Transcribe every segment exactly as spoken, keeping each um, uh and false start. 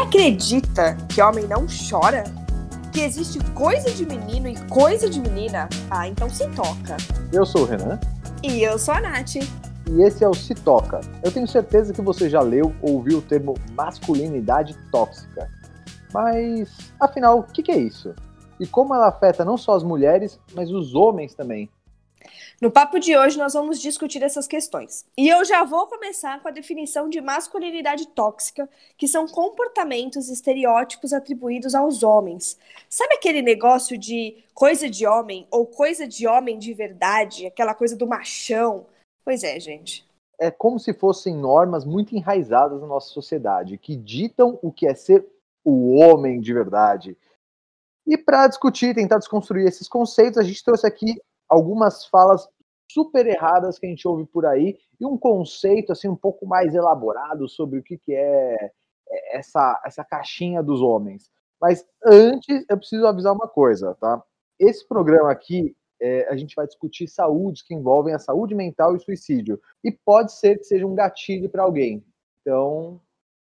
acredita que homem não chora? Que existe coisa de menino e coisa de menina? Ah, então se toca. Eu sou o Renan. E eu sou a Nath. E esse é o Se Toca. Eu tenho certeza que você já leu ou ouviu o termo masculinidade tóxica. Mas, afinal, o que, que é isso? E como ela afeta não só as mulheres, mas os homens também? No papo de hoje nós vamos discutir essas questões. E eu já vou começar com a definição de masculinidade tóxica, que são comportamentos e estereótipos atribuídos aos homens. Sabe aquele negócio de coisa de homem ou coisa de homem de verdade, aquela coisa do machão? Pois é, gente. É como se fossem normas muito enraizadas na nossa sociedade, que ditam o que é ser o homem de verdade. E para discutir, tentar desconstruir esses conceitos, a gente trouxe aqui algumas falas super erradas que a gente ouve por aí e um conceito assim um pouco mais elaborado sobre o que, que é essa, essa caixinha dos homens. Mas antes, eu preciso avisar uma coisa, tá? Esse programa aqui, é, a gente vai discutir saúdes que envolvem a saúde mental e suicídio. E pode ser que seja um gatilho para alguém. Então,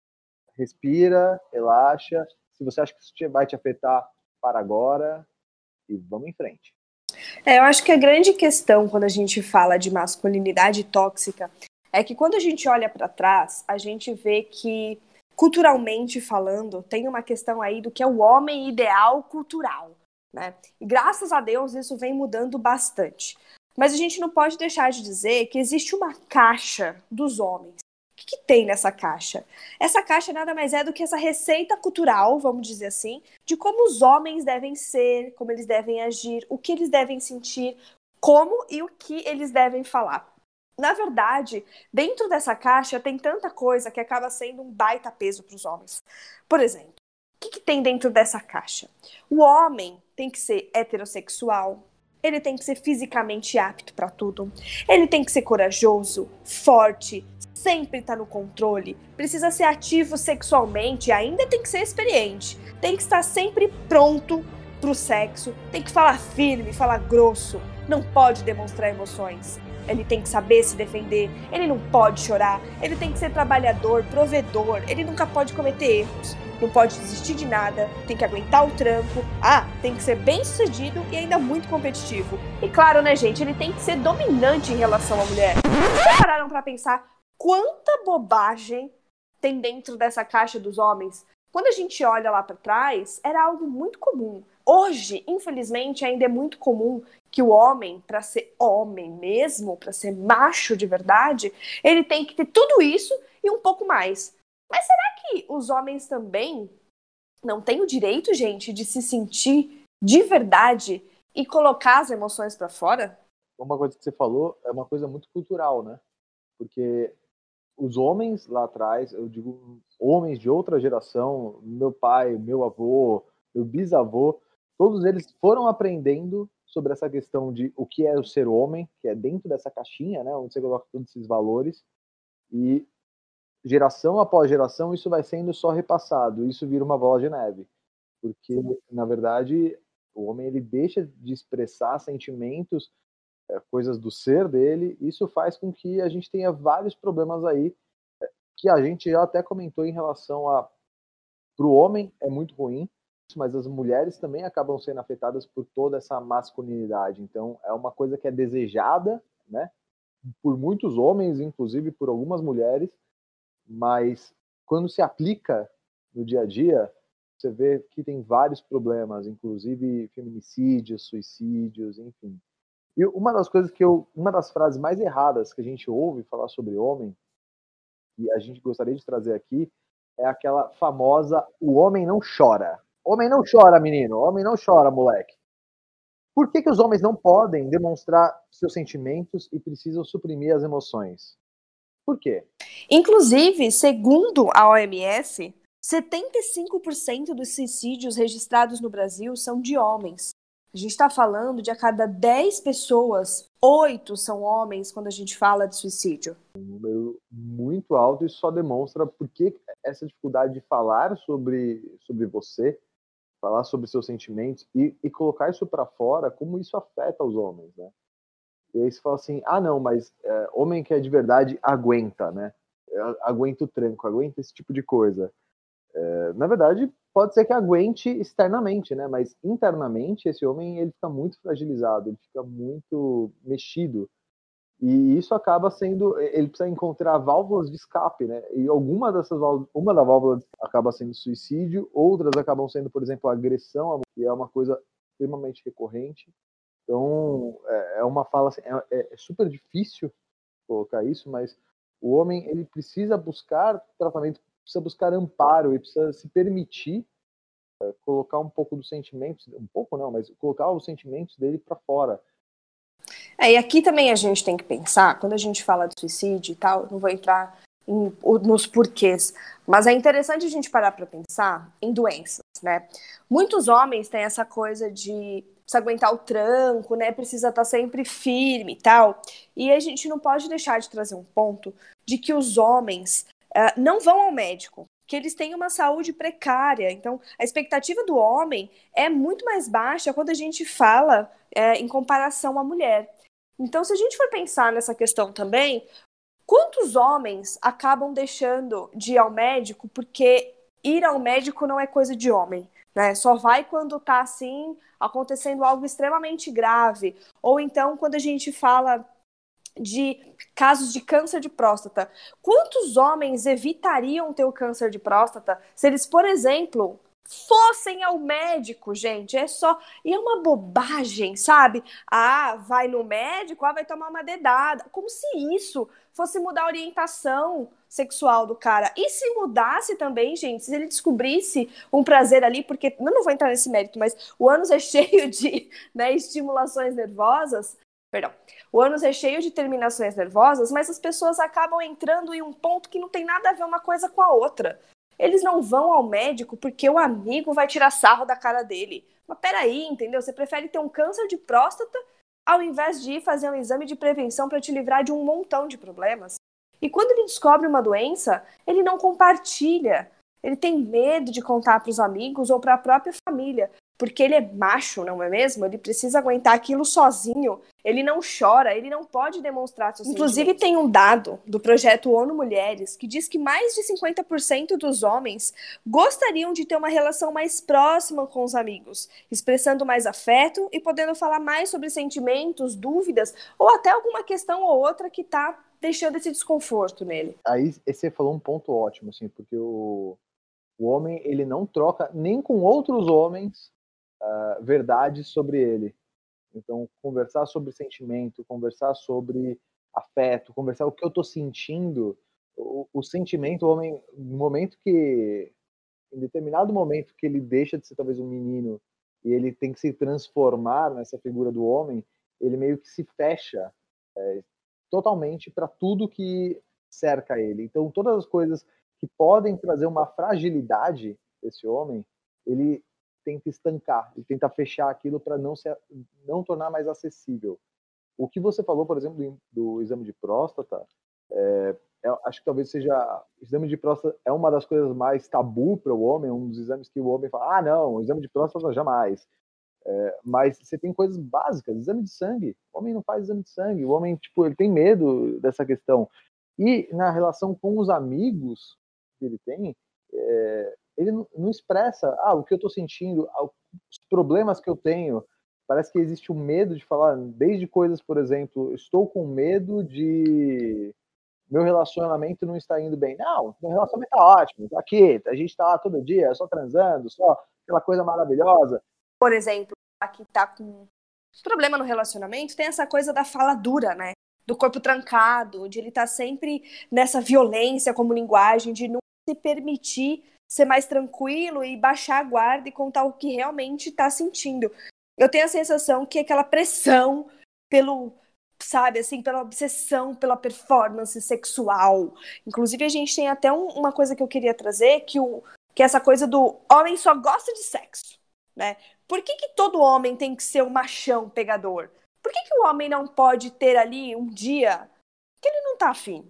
respira, relaxa. Se você acha que isso vai te afetar, para agora e vamos em frente. É, eu acho que a grande questão quando a gente fala de masculinidade tóxica é que quando a gente olha para trás, a gente vê que, culturalmente falando, tem uma questão aí do que é o homem ideal cultural, né? E graças a Deus isso vem mudando bastante. Mas a gente não pode deixar de dizer que existe uma caixa dos homens. O que, que tem nessa caixa? Essa caixa nada mais é do que essa receita cultural, vamos dizer assim, de como os homens devem ser, como eles devem agir, o que eles devem sentir, como e o que eles devem falar. Na verdade, dentro dessa caixa tem tanta coisa que acaba sendo um baita peso para os homens. Por exemplo, o que, que tem dentro dessa caixa? O homem tem que ser heterossexual, ele tem que ser fisicamente apto para tudo, ele tem que ser corajoso, forte, sempre tá no controle, precisa ser ativo sexualmente e ainda tem que ser experiente, tem que estar sempre pronto pro sexo, tem que falar firme, falar grosso, não pode demonstrar emoções, ele tem que saber se defender, ele não pode chorar, ele tem que ser trabalhador, provedor, ele nunca pode cometer erros, não pode desistir de nada, tem que aguentar o tranco, ah, tem que ser bem sucedido e ainda muito competitivo. E claro, né, gente, ele tem que ser dominante em relação à mulher. Vocês pararam pra pensar quanta bobagem tem dentro dessa caixa dos homens? Quando a gente olha lá para trás, era algo muito comum. Hoje, infelizmente, ainda é muito comum que o homem, para ser homem mesmo, para ser macho de verdade, ele tem que ter tudo isso e um pouco mais. Mas será que os homens também não têm o direito, gente, de se sentir de verdade e colocar as emoções para fora? Uma coisa que você falou é uma coisa muito cultural, né? Porque os homens lá atrás, eu digo homens de outra geração, meu pai, meu avô, meu bisavô, todos eles foram aprendendo sobre essa questão de o que é o ser homem, que é dentro dessa caixinha, né, onde você coloca todos esses valores, e geração após geração isso vai sendo só repassado, isso vira uma bola de neve, porque, na verdade, o homem ele deixa de expressar sentimentos, coisas do ser dele, isso faz com que a gente tenha vários problemas aí, que a gente já até comentou em relação a para o homem é muito ruim, mas as mulheres também acabam sendo afetadas por toda essa masculinidade, então é uma coisa que é desejada, né, por muitos homens, inclusive por algumas mulheres, mas quando se aplica no dia a dia, você vê que tem vários problemas, inclusive feminicídios, suicídios, enfim. E uma das coisas que eu, uma das frases mais erradas que a gente ouve falar sobre homem, e a gente gostaria de trazer aqui, é aquela famosa, o homem não chora. Homem não chora, menino. Homem não chora, moleque. Por que que os homens não podem demonstrar seus sentimentos e precisam suprimir as emoções? Por quê? Inclusive, segundo a O M S, setenta e cinco por cento dos suicídios registrados no Brasil são de homens. A gente está falando de a cada dez pessoas, oito são homens quando a gente fala de suicídio. Um número muito alto, e só demonstra por que essa dificuldade de falar sobre, sobre você, falar sobre seus sentimentos e, e colocar isso para fora, como isso afeta os homens, né? E aí você fala assim, ah não, mas é, homem que é de verdade aguenta, né? Aguenta o tranco, aguenta esse tipo de coisa. É, na verdade, pode ser que aguente externamente, né? Mas internamente esse homem ele fica muito fragilizado, ele fica muito mexido. E isso acaba sendo, ele precisa encontrar válvulas de escape, né? E alguma dessas válvulas, uma das válvulas acaba sendo suicídio, outras acabam sendo, por exemplo, agressão, que é uma coisa extremamente recorrente. Então, é, é uma fala, assim, é, é super difícil colocar isso, mas o homem ele precisa buscar tratamento, precisa buscar amparo, ele precisa se permitir é, colocar um pouco dos sentimentos, um pouco não, mas colocar os sentimentos dele para fora. É, e aqui também a gente tem que pensar, quando a gente fala de suicídio e tal, não vou entrar em, nos porquês, mas é interessante a gente parar para pensar em doenças, né? Muitos homens têm essa coisa de precisa aguentar o tranco, né? Precisa estar sempre firme e tal. E a gente não pode deixar de trazer um ponto de que os homens uh, não vão ao médico, que eles têm uma saúde precária. Então, a expectativa do homem é muito mais baixa quando a gente fala é, em comparação à mulher. Então, se a gente for pensar nessa questão também, quantos homens acabam deixando de ir ao médico porque ir ao médico não é coisa de homem, né? Só vai quando tá assim, acontecendo algo extremamente grave. Ou então, quando a gente fala de casos de câncer de próstata. Quantos homens evitariam ter o câncer de próstata se eles, por exemplo, fossem ao médico, gente? É só... E é uma bobagem, sabe? Ah, vai no médico, ah, vai tomar uma dedada. Como se isso fosse mudar a orientação sexual do cara. E se mudasse também, gente, se ele descobrisse um prazer ali, porque, eu não vou entrar nesse mérito, mas o ânus é cheio de, né, estimulações nervosas, perdão, o ânus é cheio de terminações nervosas, mas as pessoas acabam entrando em um ponto que não tem nada a ver uma coisa com a outra. Eles não vão ao médico porque o amigo vai tirar sarro da cara dele. Mas peraí, entendeu? Você prefere ter um câncer de próstata ao invés de ir fazer um exame de prevenção para te livrar de um montão de problemas. E quando ele descobre uma doença, ele não compartilha. Ele tem medo de contar para os amigos ou para a própria família, porque ele é macho, não é mesmo? Ele precisa aguentar aquilo sozinho. Ele não chora, ele não pode demonstrar seus sentimentos. Inclusive, tem um dado do projeto ONU Mulheres que diz que mais de cinquenta por cento dos homens gostariam de ter uma relação mais próxima com os amigos, expressando mais afeto e podendo falar mais sobre sentimentos, dúvidas ou até alguma questão ou outra que está deixando esse desconforto nele. Aí você falou um ponto ótimo, assim, porque o, o homem ele não troca nem com outros homens uh, verdades sobre ele. Então, conversar sobre sentimento, conversar sobre afeto, conversar o que eu estou sentindo, o, o sentimento, o homem, no momento que, em determinado momento que ele deixa de ser talvez um menino e ele tem que se transformar nessa figura do homem, ele meio que se fecha é, totalmente para tudo que cerca ele. Então, todas as coisas que podem trazer uma fragilidade desse homem, ele tenta estancar, ele tenta fechar aquilo para não se, não tornar mais acessível. O que você falou, por exemplo, do, do exame de próstata, é, é, acho que talvez seja, o exame de próstata é uma das coisas mais tabu para o homem, um dos exames que o homem fala, ah, não, o exame de próstata jamais. É, mas você tem coisas básicas, exame de sangue, o homem não faz exame de sangue, o homem, tipo, ele tem medo dessa questão. E na relação com os amigos que ele tem, é, ele não, não expressa, ah, o que eu estou sentindo, os problemas que eu tenho. Parece que existe um medo de falar, desde coisas, por exemplo, estou com medo de meu relacionamento não está indo bem. Não, meu relacionamento está ótimo, tá aqui, a gente está lá todo dia, só transando, só aquela coisa maravilhosa. Por exemplo, aqui está com problema no relacionamento, tem essa coisa da fala dura, né? Do corpo trancado, de ele estar tá sempre nessa violência como linguagem, de não se permitir ser mais tranquilo e baixar a guarda e contar o que realmente está sentindo. Eu tenho a sensação que aquela pressão pelo, sabe, assim, pela obsessão pela performance sexual. Inclusive, a gente tem até um, uma coisa que eu queria trazer, que, o, que é essa coisa do homem só gosta de sexo, né? Por que que todo homem tem que ser um machão pegador? Por que que o homem não pode ter ali um dia que ele não tá afim?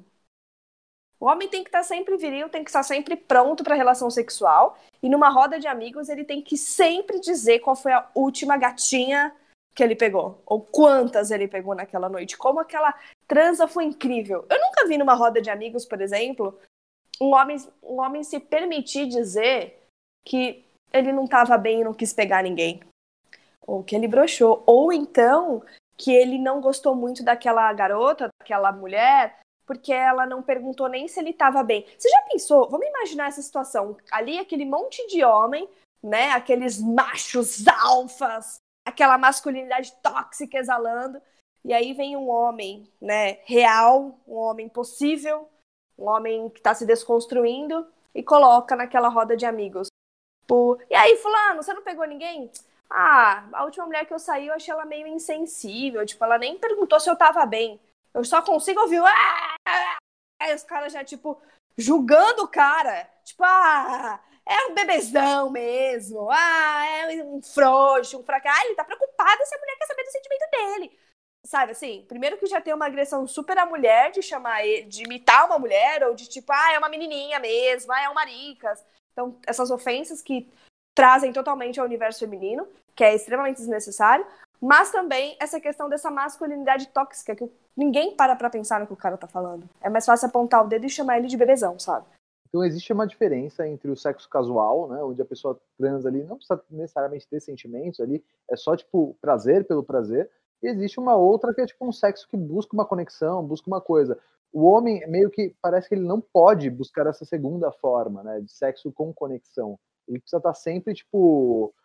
O homem tem que estar sempre viril, tem que estar sempre pronto para a relação sexual. E numa roda de amigos, ele tem que sempre dizer qual foi a última gatinha que ele pegou. Ou quantas ele pegou naquela noite. Como aquela transa foi incrível. Eu nunca vi numa roda de amigos, por exemplo, um homem, um homem se permitir dizer que ele não estava bem e não quis pegar ninguém. Ou que ele broxou. Ou então que ele não gostou muito daquela garota, daquela mulher, porque ela não perguntou nem se ele estava bem. Você já pensou? Vamos imaginar essa situação. Ali, aquele monte de homem, né? Aqueles machos alfas, aquela masculinidade tóxica exalando. E aí vem um homem, né? Real, um homem possível, um homem que está se desconstruindo e coloca naquela roda de amigos. Pô, e aí, fulano, você não pegou ninguém? Ah, a última mulher que eu saí, eu achei ela meio insensível. Tipo, ela nem perguntou se eu tava bem. Eu só consigo ouvir. Ah! Aí os caras já, tipo, julgando o cara. Tipo, ah, é um bebezão mesmo. Ah, é um frouxo, um fracasso. Ah, ele tá preocupado se a mulher quer saber do sentimento dele. Sabe, assim, primeiro que já tem uma agressão super à mulher de chamar ele, de imitar uma mulher, ou de tipo, ah, é uma menininha mesmo, ah, é um maricas. Então, essas ofensas que trazem totalmente ao universo feminino, que é extremamente desnecessário, mas também essa questão dessa masculinidade tóxica, que ninguém para pra pensar no que o cara tá falando. É mais fácil apontar o dedo e chamar ele de bebezão, sabe? Então existe uma diferença entre o sexo casual, né, onde a pessoa transa ali, não precisa necessariamente ter sentimentos ali, é só, tipo, prazer pelo prazer, e existe uma outra que é, tipo, um sexo que busca uma conexão, busca uma coisa. O homem, meio que, parece que ele não pode buscar essa segunda forma, né, de sexo com conexão. Ele precisa estar sempre, tipo,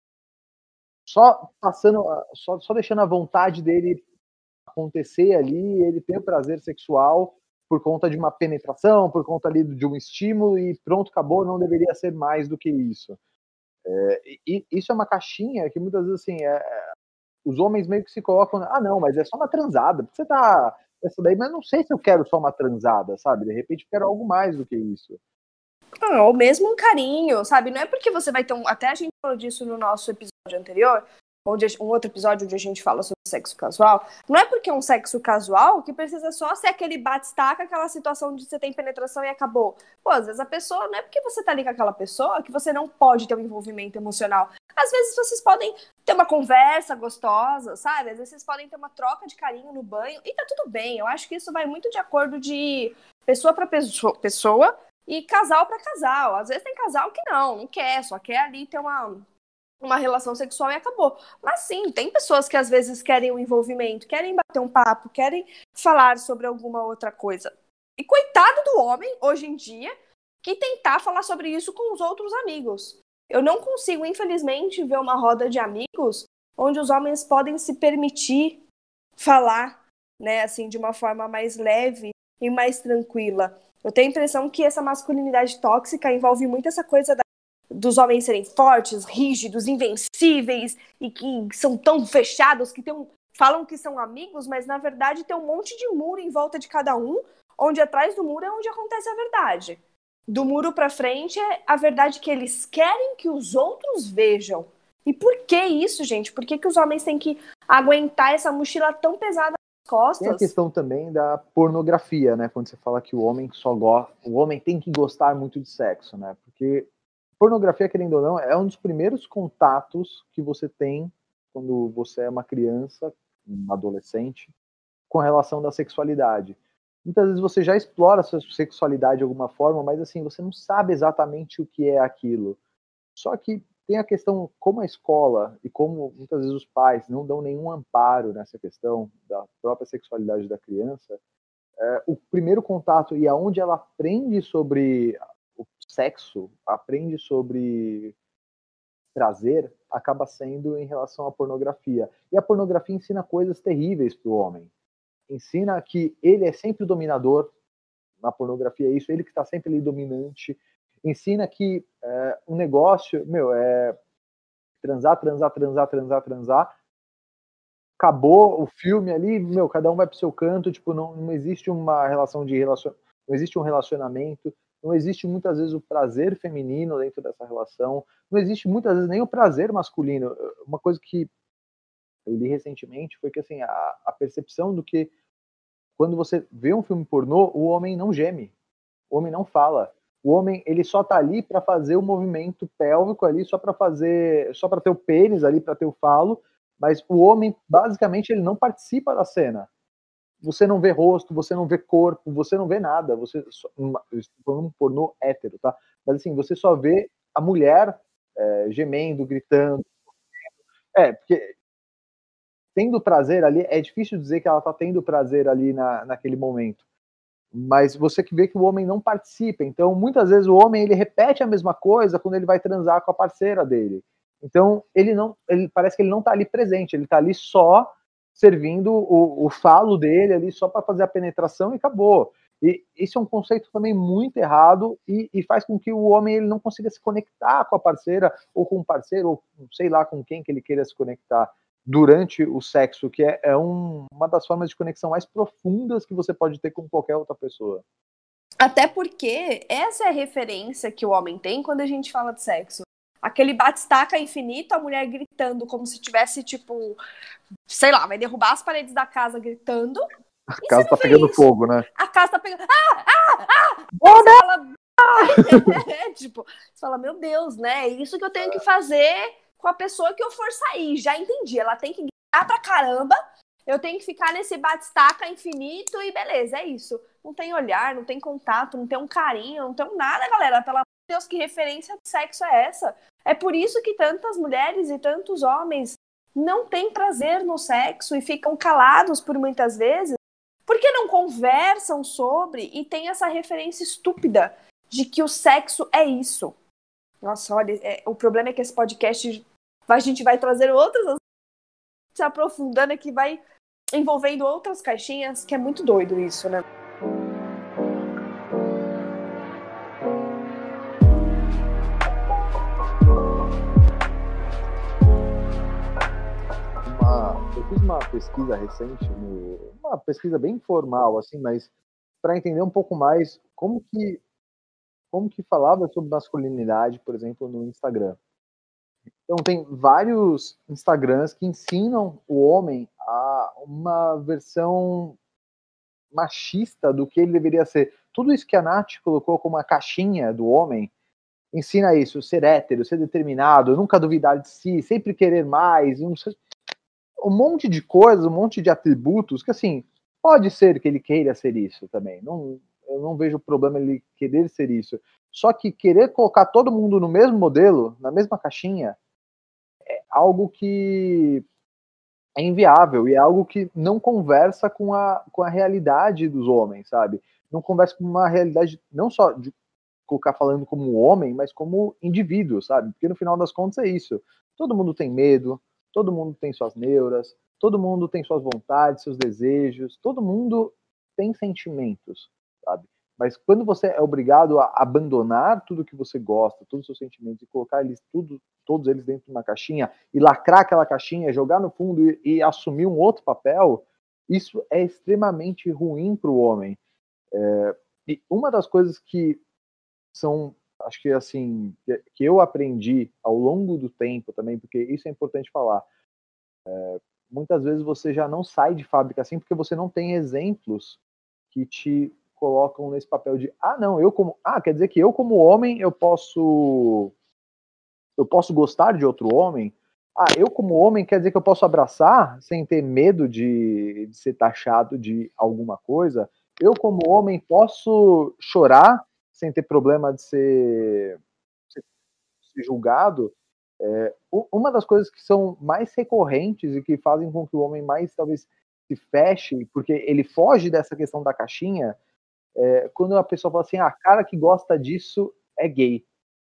só passando, só, só deixando a vontade dele acontecer ali, ele tem o prazer sexual por conta de uma penetração, por conta ali de um estímulo e pronto, acabou, não deveria ser mais do que isso. É, e isso é uma caixinha que muitas vezes assim, é, os homens meio que se colocam, ah não, mas é só uma transada, porque você tá essa daí, mas não sei se eu quero só uma transada, sabe? De repente eu quero algo mais do que isso. Ah, ou mesmo um carinho, sabe? Não é porque você vai ter um. Até a gente falou disso no nosso episódio anterior, onde um outro episódio onde a gente fala sobre sexo casual. Não é porque é um sexo casual que precisa só ser aquele bate-staca, aquela situação de você tem penetração e acabou. Pô, às vezes a pessoa, não é porque você tá ali com aquela pessoa que você não pode ter um envolvimento emocional. Às vezes vocês podem ter uma conversa gostosa, sabe? Às vezes vocês podem ter uma troca de carinho no banho e tá tudo bem. Eu acho que isso vai muito de acordo de pessoa para pessoa e casal para casal. Às vezes tem casal que não, não quer, só quer ali ter uma, uma relação sexual e acabou. Mas sim, tem pessoas que às vezes querem um envolvimento, querem bater um papo, querem falar sobre alguma outra coisa. E coitado do homem, hoje em dia, que tentar falar sobre isso com os outros amigos. Eu não consigo, infelizmente, ver uma roda de amigos onde os homens podem se permitir falar, né, assim, de uma forma mais leve e mais tranquila. Eu tenho a impressão que essa masculinidade tóxica envolve muito essa coisa da, dos homens serem fortes, rígidos, invencíveis e que são tão fechados que tem um, falam que são amigos, mas na verdade tem um monte de muro em volta de cada um, onde atrás do muro é onde acontece a verdade. Do muro para frente é a verdade que eles querem que os outros vejam. E por que isso, gente? Por que, que os homens têm que aguentar essa mochila tão pesada nas costas? Tem a questão também da pornografia, né? Quando você fala que o homem só gosta, o homem tem que gostar muito de sexo, né? Porque pornografia, querendo ou não, é um dos primeiros contatos que você tem quando você é uma criança, um adolescente, com relação da sexualidade. Muitas vezes você já explora a sua sexualidade de alguma forma, mas assim, você não sabe exatamente o que é aquilo. Só que tem a questão como a escola e como muitas vezes os pais não dão nenhum amparo nessa questão da própria sexualidade da criança. É, o primeiro contato e aonde ela aprende sobre o sexo, aprende sobre prazer, acaba sendo em relação à pornografia. E a pornografia ensina coisas terríveis para o homem. Ensina que ele é sempre o dominador, na pornografia é isso, ele que está sempre ali dominante. Ensina que é, um negócio, meu, é transar, transar, transar, transar, transar. Acabou o filme ali, meu, cada um vai pro seu canto, tipo, não, não existe uma relação de relacion... não existe um relacionamento, não existe muitas vezes o prazer feminino dentro dessa relação, não existe muitas vezes nem o prazer masculino. Uma coisa que eu li recentemente foi que, assim, a, a percepção do que quando você vê um filme pornô, o homem não geme, o homem não fala. O homem, ele só tá ali para fazer o movimento pélvico ali, só para fazer, só para ter o pênis ali, para ter o falo, mas o homem, basicamente, ele não participa da cena. você não vê rosto, você não vê corpo, você não vê nada. Você só, uma, eu estou falando um pornô hétero, tá? Mas assim, você só vê a mulher é, gemendo, gritando. É, porque tendo prazer ali, é difícil dizer que ela tá tendo prazer ali na, naquele momento. Mas você que vê que o homem não participa. Então, muitas vezes o homem ele repete a mesma coisa quando ele vai transar com a parceira dele. Então, ele não, ele parece que ele não tá ali presente, ele tá ali só servindo o, o falo dele ali só para fazer a penetração e acabou. E isso é um conceito também muito errado e, e faz com que o homem ele não consiga se conectar com a parceira ou com o parceiro ou sei lá com quem que ele queira se conectar durante o sexo, que é, é um, uma das formas de conexão mais profundas que você pode ter com qualquer outra pessoa. Até porque essa é a referência que o homem tem quando a gente fala de sexo. Aquele bate-estaca infinito, a mulher gritando como se tivesse, tipo, sei lá, vai derrubar as paredes da casa gritando. A casa tá pegando isso. fogo, né? A casa tá pegando... Ah! Ah! Ah! Você fala... é, tipo, você fala, meu Deus, né? É isso que eu tenho que fazer com a pessoa que eu for sair. Já entendi, ela tem que gritar pra caramba, eu tenho que ficar nesse bate-estaca infinito e beleza, é isso. Não tem olhar, não tem contato, não tem um carinho, não tem um nada, galera. Pelo amor de Deus, que referência de sexo é essa? É por isso que tantas mulheres e tantos homens não têm prazer no sexo e ficam calados por muitas vezes, porque não conversam sobre e tem essa referência estúpida de que o sexo é isso. Nossa, olha, é, o problema é que esse podcast a gente vai trazer outras, se aprofundando aqui, vai envolvendo outras caixinhas, que é muito doido isso, né? Uma, eu fiz uma pesquisa recente, no, uma pesquisa bem informal, assim, mas para entender um pouco mais como que como que falava sobre masculinidade, por exemplo, no Instagram. Então, tem vários Instagrams que ensinam o homem a uma versão machista do que ele deveria ser. Tudo isso que a Nath colocou como a caixinha do homem, ensina isso, ser hétero, ser determinado, nunca duvidar de si, sempre querer mais, um, um monte de coisas, um monte de atributos que, assim, pode ser que ele queira ser isso também. Não, eu não vejo problema ele querer ser isso. Só que querer colocar todo mundo no mesmo modelo, na mesma caixinha, é algo que é inviável e é algo que não conversa com a, com a realidade dos homens, sabe? Não conversa com uma realidade, não só de colocar falando como homem, mas como indivíduo, sabe? Porque no final das contas é isso. Todo mundo tem medo, todo mundo tem suas neuras, todo mundo tem suas vontades, seus desejos, todo mundo tem sentimentos, sabe? Mas quando você é obrigado a abandonar tudo que você gosta, todos os seus sentimentos, e colocar eles tudo, todos eles dentro de uma caixinha, e lacrar aquela caixinha, jogar no fundo e, e assumir um outro papel, isso é extremamente ruim para o homem. É, e uma das coisas que são, acho que assim, que, que eu aprendi ao longo do tempo também, porque isso é importante falar, é, muitas vezes você já não sai de fábrica assim, porque você não tem exemplos que te colocam nesse papel de, ah, não, eu como, ah, quer dizer que eu como homem, eu posso, eu posso gostar de outro homem? Ah, eu como homem, quer dizer que eu posso abraçar sem ter medo de, de ser taxado de alguma coisa? Eu como homem posso chorar sem ter problema de ser, ser julgado? É, uma das coisas que são mais recorrentes e que fazem com que o homem mais, talvez, se feche, porque ele foge dessa questão da caixinha, é, quando a pessoa fala assim, ah, cara que gosta disso é gay.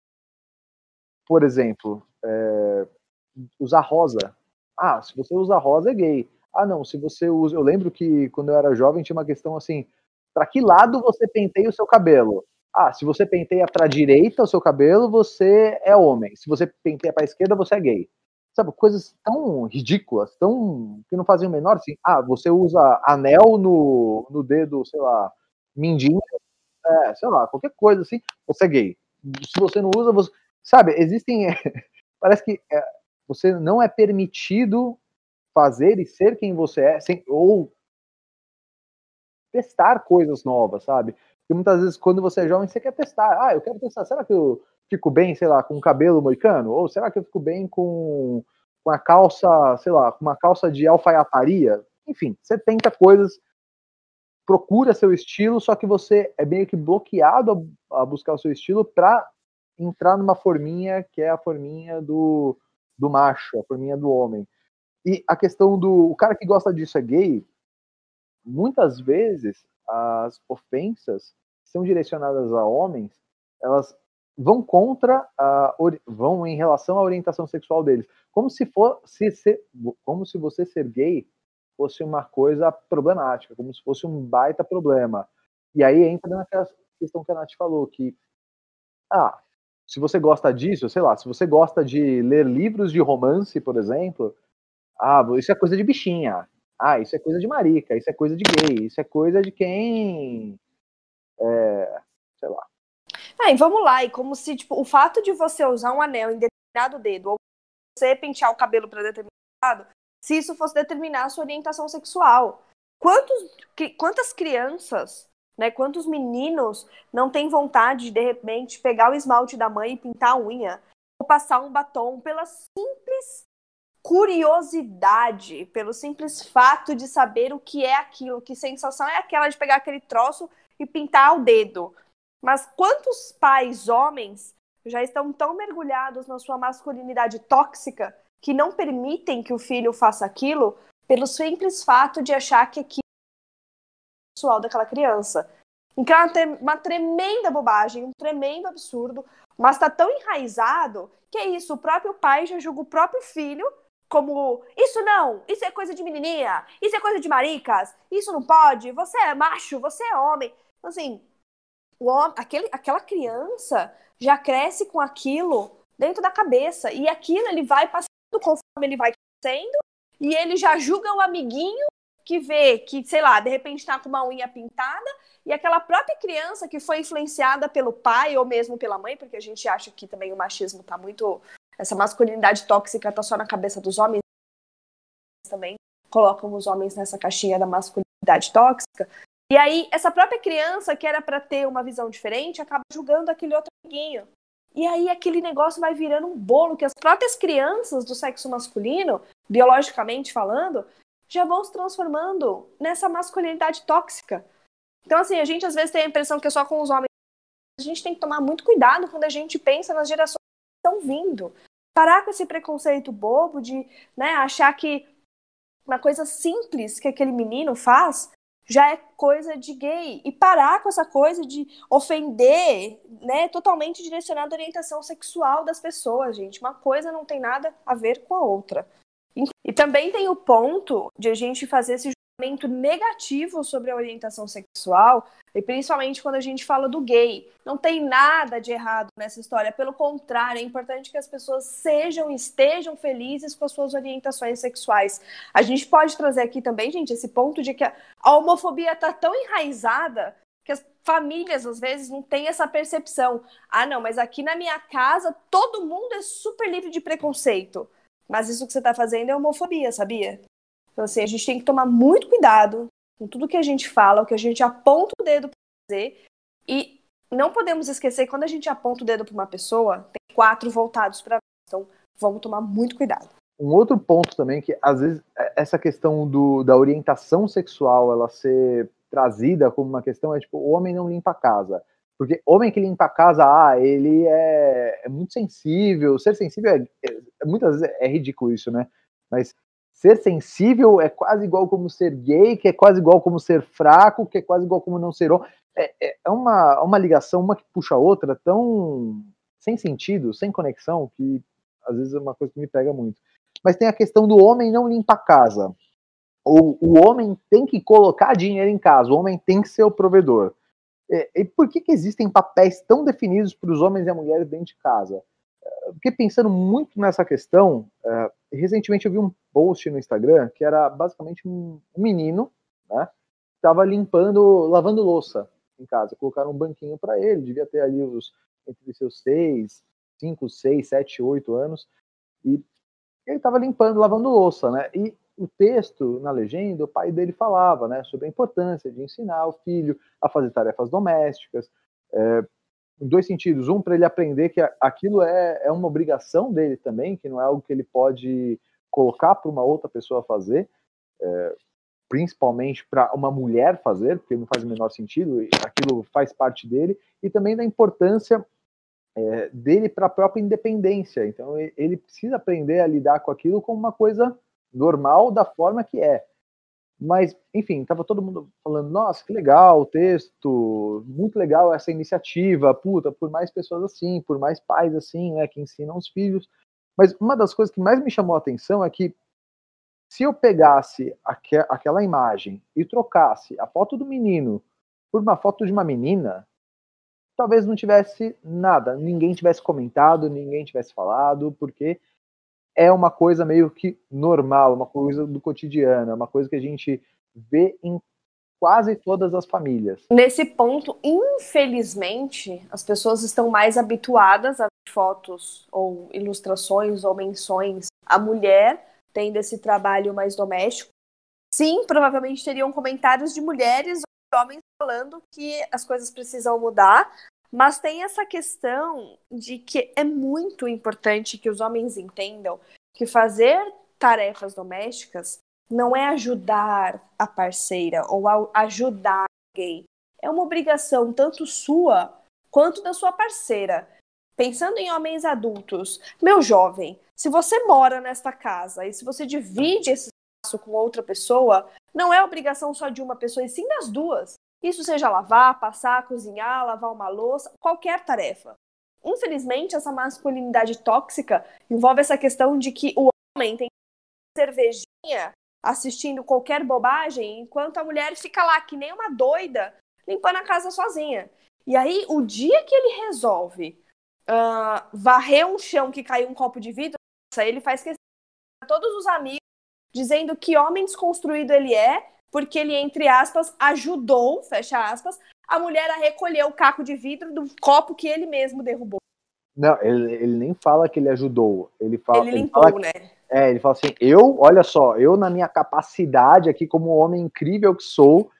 Por exemplo, é, usar rosa. Ah, se você usa rosa é gay. Ah, não, se você usa... Eu lembro que quando eu era jovem tinha uma questão assim, para que lado você penteia o seu cabelo? Ah, se você penteia para a direita o seu cabelo, você é homem. Se você penteia para a esquerda, você é gay. Sabe, coisas tão ridículas, tão que não fazem o menor assim. Ah, você usa anel no, no dedo, sei lá, mindinho, é, sei lá, qualquer coisa assim, você é gay. Se você não usa, você... Sabe, existem... Parece que é, você não é permitido fazer e ser quem você é, sem, ou testar coisas novas, sabe? Porque muitas vezes, quando você é jovem, você quer testar. Ah, eu quero testar. Será que eu fico bem, sei lá, com o cabelo moicano? Ou será que eu fico bem com, com a calça, sei lá, com uma calça de alfaiataria? Enfim, você tenta coisas procura seu estilo, só que você é meio que bloqueado a, a buscar o seu estilo para entrar numa forminha que é a forminha do, do macho, a forminha do homem. E a questão do o cara que gosta disso é gay, muitas vezes as ofensas que são direcionadas a homens, elas vão contra a, vão em relação à orientação sexual deles, como se fosse ser, como se você ser gay fosse uma coisa problemática, como se fosse um baita problema. E aí entra naquela questão que a Nath falou, que ah, se você gosta disso, sei lá, se você gosta de ler livros de romance, por exemplo, ah, isso é coisa de bichinha. Ah, isso é coisa de marica, isso é coisa de gay, isso é coisa de quem, é, sei lá. Ah, e vamos lá, e como se, tipo, o fato de você usar um anel em determinado dedo, ou você pentear o cabelo para determinado lado, se isso fosse determinar a sua orientação sexual. Quantos, quantas crianças, né, quantos meninos não têm vontade de, de repente, pegar o esmalte da mãe e pintar a unha, ou passar um batom pela simples curiosidade, pelo simples fato de saber o que é aquilo, que sensação é aquela de pegar aquele troço e pintar o dedo. Mas quantos pais, homens, já estão tão mergulhados na sua masculinidade tóxica que não permitem que o filho faça aquilo pelo simples fato de achar que aquilo é sexual daquela criança. Então é uma tremenda bobagem, um tremendo absurdo, mas está tão enraizado que é isso, o próprio pai já julga o próprio filho como, isso não, isso é coisa de menininha, isso é coisa de maricas, isso não pode, você é macho, você é homem. Assim, o homem, aquele, aquela criança já cresce com aquilo dentro da cabeça, e aquilo ele vai passando conforme ele vai crescendo, e ele já julga o amiguinho que vê que, sei lá, de repente tá com uma unha pintada, e aquela própria criança que foi influenciada pelo pai ou mesmo pela mãe, porque a gente acha que também o machismo tá muito... Essa masculinidade tóxica tá só na cabeça dos homens, também colocam os homens nessa caixinha da masculinidade tóxica. E aí, essa própria criança, que era para ter uma visão diferente, acaba julgando aquele outro amiguinho. E aí, aquele negócio vai virando um bolo que as próprias crianças do sexo masculino, biologicamente falando, já vão se transformando nessa masculinidade tóxica. Então, assim, a gente às vezes tem a impressão que é só com os homens. A gente tem que tomar muito cuidado quando a gente pensa nas gerações que estão vindo. Parar com esse preconceito bobo de, né, achar que uma coisa simples que aquele menino faz já é coisa de gay. E parar com essa coisa de ofender, né, totalmente direcionada à orientação sexual das pessoas, gente. Uma coisa não tem nada a ver com a outra. E também tem o ponto de a gente fazer esse julgamento negativo sobre a orientação sexual, e principalmente quando a gente fala do gay. Não tem nada de errado nessa história, pelo contrário, é importante que as pessoas sejam e estejam felizes com as suas orientações sexuais. A gente pode trazer aqui também, gente, esse ponto de que a homofobia está tão enraizada que as famílias, às vezes, não têm essa percepção. Ah, não, mas aqui na minha casa todo mundo é super livre de preconceito. Mas isso que você está fazendo é homofobia, sabia? Então, assim, a gente tem que tomar muito cuidado com tudo que a gente fala, o que a gente aponta o dedo para fazer. E não podemos esquecer que quando a gente aponta o dedo para uma pessoa, tem quatro voltados para nós. Então, vamos tomar muito cuidado. Um outro ponto também que, às vezes, essa questão do, da orientação sexual, ela ser trazida como uma questão, é tipo, o homem não limpa a casa. Porque homem que limpa a casa, ah, ele é, é muito sensível. Ser sensível, é, é, muitas vezes é ridículo isso, né? Mas ser sensível é quase igual como ser gay, que é quase igual como ser fraco, que é quase igual como não ser homem. É, é uma, uma ligação, uma que puxa a outra, tão sem sentido, sem conexão, que às vezes é uma coisa que me pega muito. Mas tem a questão do homem não limpar a casa. Ou o homem tem que colocar dinheiro em casa, o homem tem que ser o provedor. E por que, que existem papéis tão definidos para os homens e as mulheres dentro de casa? Porque pensando muito nessa questão, uh, recentemente eu vi um post no Instagram que era basicamente um, um menino, né, que estava limpando, lavando louça em casa. Colocaram um banquinho para ele, devia ter ali os, entre seus seis, cinco, seis, sete, oito anos, e ele estava limpando, lavando louça, né? E o texto, na legenda, o pai dele falava, né, sobre a importância de ensinar o filho a fazer tarefas domésticas, é, em dois sentidos. Um, para ele aprender que aquilo é, é uma obrigação dele também, que não é algo que ele pode colocar para uma outra pessoa fazer. É, principalmente para uma mulher fazer, porque não faz o menor sentido, aquilo faz parte dele, e também da importância é, dele para a própria independência. Então ele precisa aprender a lidar com aquilo como uma coisa normal, da forma que é. Mas, enfim, estava todo mundo falando, nossa, que legal o texto, muito legal essa iniciativa, puta, por mais pessoas assim, por mais pais assim, né, que ensinam os filhos. Mas uma das coisas que mais me chamou a atenção é que se eu pegasse aqu aquela imagem e trocasse a foto do menino por uma foto de uma menina, talvez não tivesse nada, ninguém tivesse comentado, ninguém tivesse falado, porque é uma coisa meio que normal, uma coisa do cotidiano, é uma coisa que a gente vê em quase todas as famílias. Nesse ponto, infelizmente, as pessoas estão mais habituadas a ver fotos ou ilustrações ou menções à mulher tendo esse trabalho mais doméstico. Sim, provavelmente teriam comentários de mulheres ou de homens falando que as coisas precisam mudar, mas tem essa questão de que é muito importante que os homens entendam que fazer tarefas domésticas não é ajudar a parceira ou ajudar alguém. É uma obrigação tanto sua quanto da sua parceira. Pensando em homens adultos, meu jovem, se você mora nesta casa e se você divide esse espaço com outra pessoa, não é obrigação só de uma pessoa, e sim das duas. Isso seja lavar, passar, cozinhar, lavar uma louça, qualquer tarefa. Infelizmente, essa masculinidade tóxica envolve essa questão de que o homem tem cervejinha assistindo qualquer bobagem, enquanto a mulher fica lá que nem uma doida, limpando a casa sozinha. E aí, o dia que ele resolve uh, varrer um chão que caiu um copo de vidro, ele faz questão de todos os amigos dizendo que homem desconstruído ele é, porque ele, entre aspas, ajudou, fecha aspas, a mulher a recolher o caco de vidro do copo que ele mesmo derrubou. Não, ele, ele nem fala que ele ajudou. Ele, fala, ele ele limpou, fala, né? É, ele fala assim, eu, olha só, eu na minha capacidade aqui, como homem incrível que sou,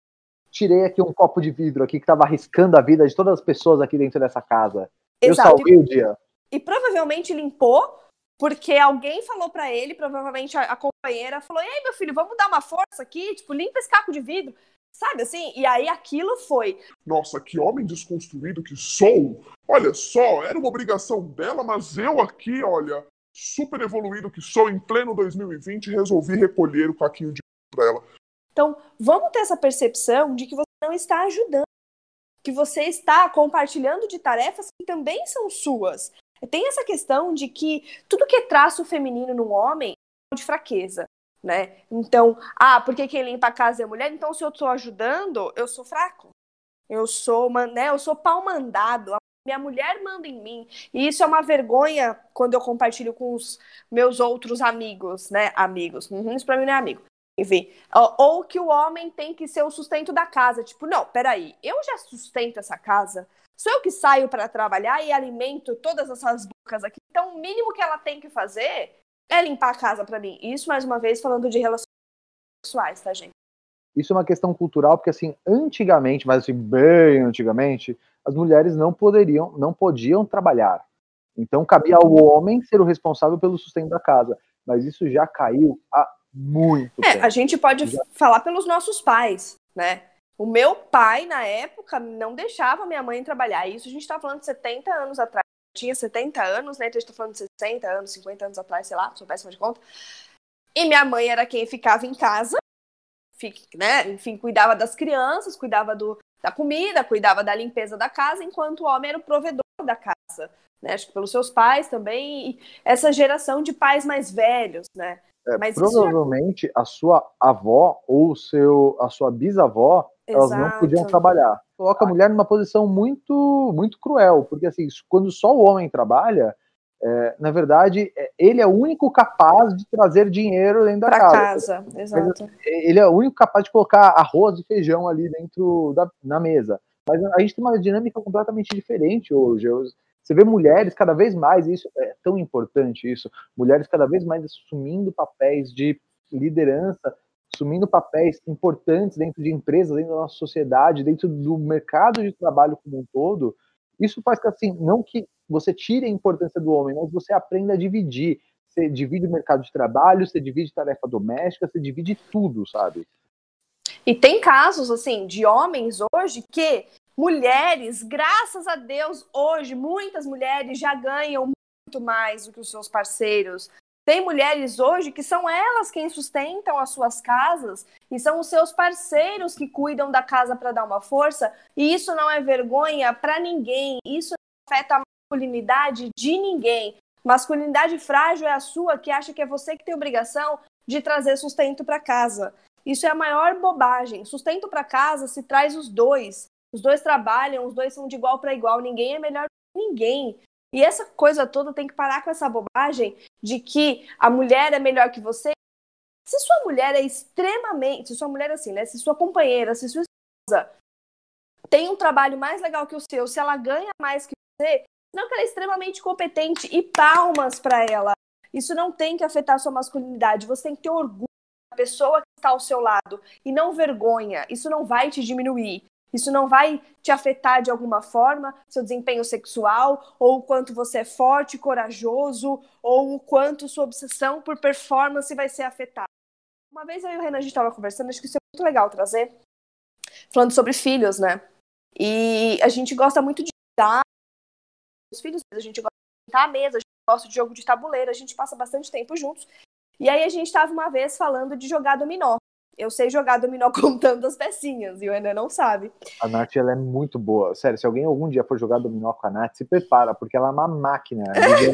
tirei aqui um copo de vidro aqui que estava arriscando a vida de todas as pessoas aqui dentro dessa casa. Exato. Eu salvei o dia. E provavelmente limpou, porque alguém falou pra ele, provavelmente a, a companheira falou, ei, meu filho, vamos dar uma força aqui, tipo, limpa esse caco de vidro, sabe assim? E aí aquilo foi. Nossa, que homem desconstruído que sou! Olha só, era uma obrigação dela, mas eu aqui, olha, super evoluído que sou, em pleno dois mil e vinte, resolvi recolher o caquinho de vidro pra ela. Então, vamos ter essa percepção de que você não está ajudando, que você está compartilhando de tarefas que também são suas. Tem essa questão de que tudo que é traço feminino no homem é de fraqueza, né? Então, ah, porque quem limpa a casa é mulher, então se eu estou ajudando, eu sou fraco. Eu sou, né, eu sou pau mandado, a minha mulher manda em mim. E isso é uma vergonha quando eu compartilho com os meus outros amigos, né? Amigos, uhum, isso pra mim não é amigo. Enfim, ou que o homem tem que ser o sustento da casa. Tipo, não, peraí, eu já sustento essa casa, sou eu que saio para trabalhar e alimento todas essas bocas aqui. Então, o mínimo que ela tem que fazer é limpar a casa para mim. Isso, mais uma vez, falando de relações sexuais, tá, gente? Isso é uma questão cultural, porque assim, antigamente, mas assim, bem antigamente, as mulheres não poderiam, não podiam trabalhar. Então, cabia ao homem ser o responsável pelo sustento da casa. Mas isso já caiu há muito é, tempo. A gente pode já... falar pelos nossos pais, né? O meu pai, na época, não deixava minha mãe trabalhar. Isso a gente tá falando de setenta anos atrás. Eu tinha setenta anos, né? Então a gente tá falando de sessenta anos, cinquenta anos atrás, sei lá, sou péssima de conta. E minha mãe era quem ficava em casa, né? Enfim, cuidava das crianças, cuidava do, da comida, cuidava da limpeza da casa, enquanto o homem era o provedor da casa, né? Acho que pelos seus pais também, e essa geração de pais mais velhos, né? É, Mas provavelmente já... a sua avó ou seu, a sua bisavó, elas Exato. não podiam trabalhar. Coloca a mulher numa posição muito, muito cruel, porque assim, quando só o homem trabalha, é, na verdade, ele é o único capaz de trazer dinheiro dentro da pra casa. casa, exato. Mas, ele é o único capaz de colocar arroz e feijão ali dentro da na mesa. Mas a gente tem uma dinâmica completamente diferente hoje. Você vê mulheres cada vez mais, isso é tão importante isso, mulheres cada vez mais assumindo papéis de liderança, assumindo papéis importantes dentro de empresas, dentro da nossa sociedade, dentro do mercado de trabalho como um todo. Isso faz que, assim, não que você tire a importância do homem, mas você aprenda a dividir. Você divide o mercado de trabalho, você divide tarefa doméstica, você divide tudo, sabe? E tem casos, assim, de homens hoje que mulheres, graças a Deus, hoje, muitas mulheres já ganham muito mais do que os seus parceiros. Tem mulheres hoje que são elas quem sustentam as suas casas e são os seus parceiros que cuidam da casa para dar uma força. E isso não é vergonha para ninguém. Isso não afeta a masculinidade de ninguém. Masculinidade frágil é a sua, que acha que é você que tem obrigação de trazer sustento para casa. Isso é a maior bobagem. Sustento para casa se traz os dois. Os dois trabalham, os dois são de igual para igual. Ninguém é melhor que ninguém. E essa coisa toda tem que parar com essa bobagem de que a mulher é melhor que você. Se sua mulher é extremamente... Se sua mulher é assim, né? Se sua companheira, se sua esposa tem um trabalho mais legal que o seu, se ela ganha mais que você, não que ela é extremamente competente e palmas para ela. Isso não tem que afetar a sua masculinidade. Você tem que ter orgulho da pessoa que está ao seu lado e não vergonha. Isso não vai te diminuir. Isso não vai te afetar de alguma forma, seu desempenho sexual, ou o quanto você é forte, corajoso, ou o quanto sua obsessão por performance vai ser afetada. Uma vez eu e o Renan, a gente estava conversando, acho que isso é muito legal trazer, falando sobre filhos, né? E a gente gosta muito de dar os filhos, a gente gosta de sentar à mesa, a gente gosta de jogo de tabuleiro, a gente passa bastante tempo juntos. E aí a gente estava uma vez falando de jogar dominó. Eu sei jogar dominó contando as pecinhas, e o Renan não sabe. A Nath, ela é muito boa. Sério, se alguém algum dia for jogar dominó com a Nath, se prepara, porque ela é uma máquina.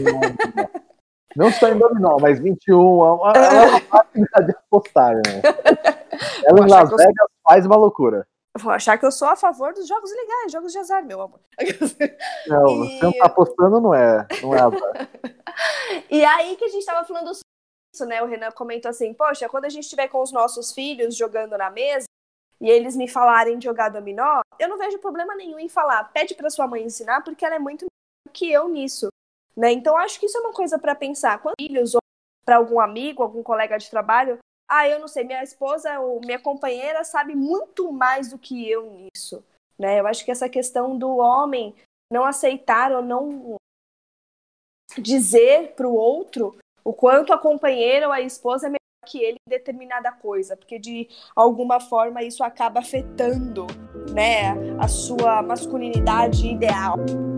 Não só em dominó, mas vinte e um, ela é uma máquina de apostar, né? Ela em Las Vegas eu... faz uma loucura. Vou achar que eu sou a favor dos jogos legais, jogos de azar, meu amor. Não, e... você não tá apostando, não é, não é azar. E aí que a gente tava falando isso, né? O Renan comentou assim, poxa, quando a gente estiver com os nossos filhos jogando na mesa e eles me falarem de jogar dominó, eu não vejo problema nenhum em falar, pede pra sua mãe ensinar, porque ela é muito melhor que eu nisso, né? Então acho que isso é uma coisa pra pensar. Quando filhos ou pra algum amigo, algum colega de trabalho, ah, eu não sei, minha esposa ou minha companheira sabe muito mais do que eu nisso, né? Eu acho que essa questão do homem não aceitar ou não dizer pro outro o quanto a companheira ou a esposa é melhor que ele em determinada coisa, porque de alguma forma isso acaba afetando, né, a sua masculinidade ideal.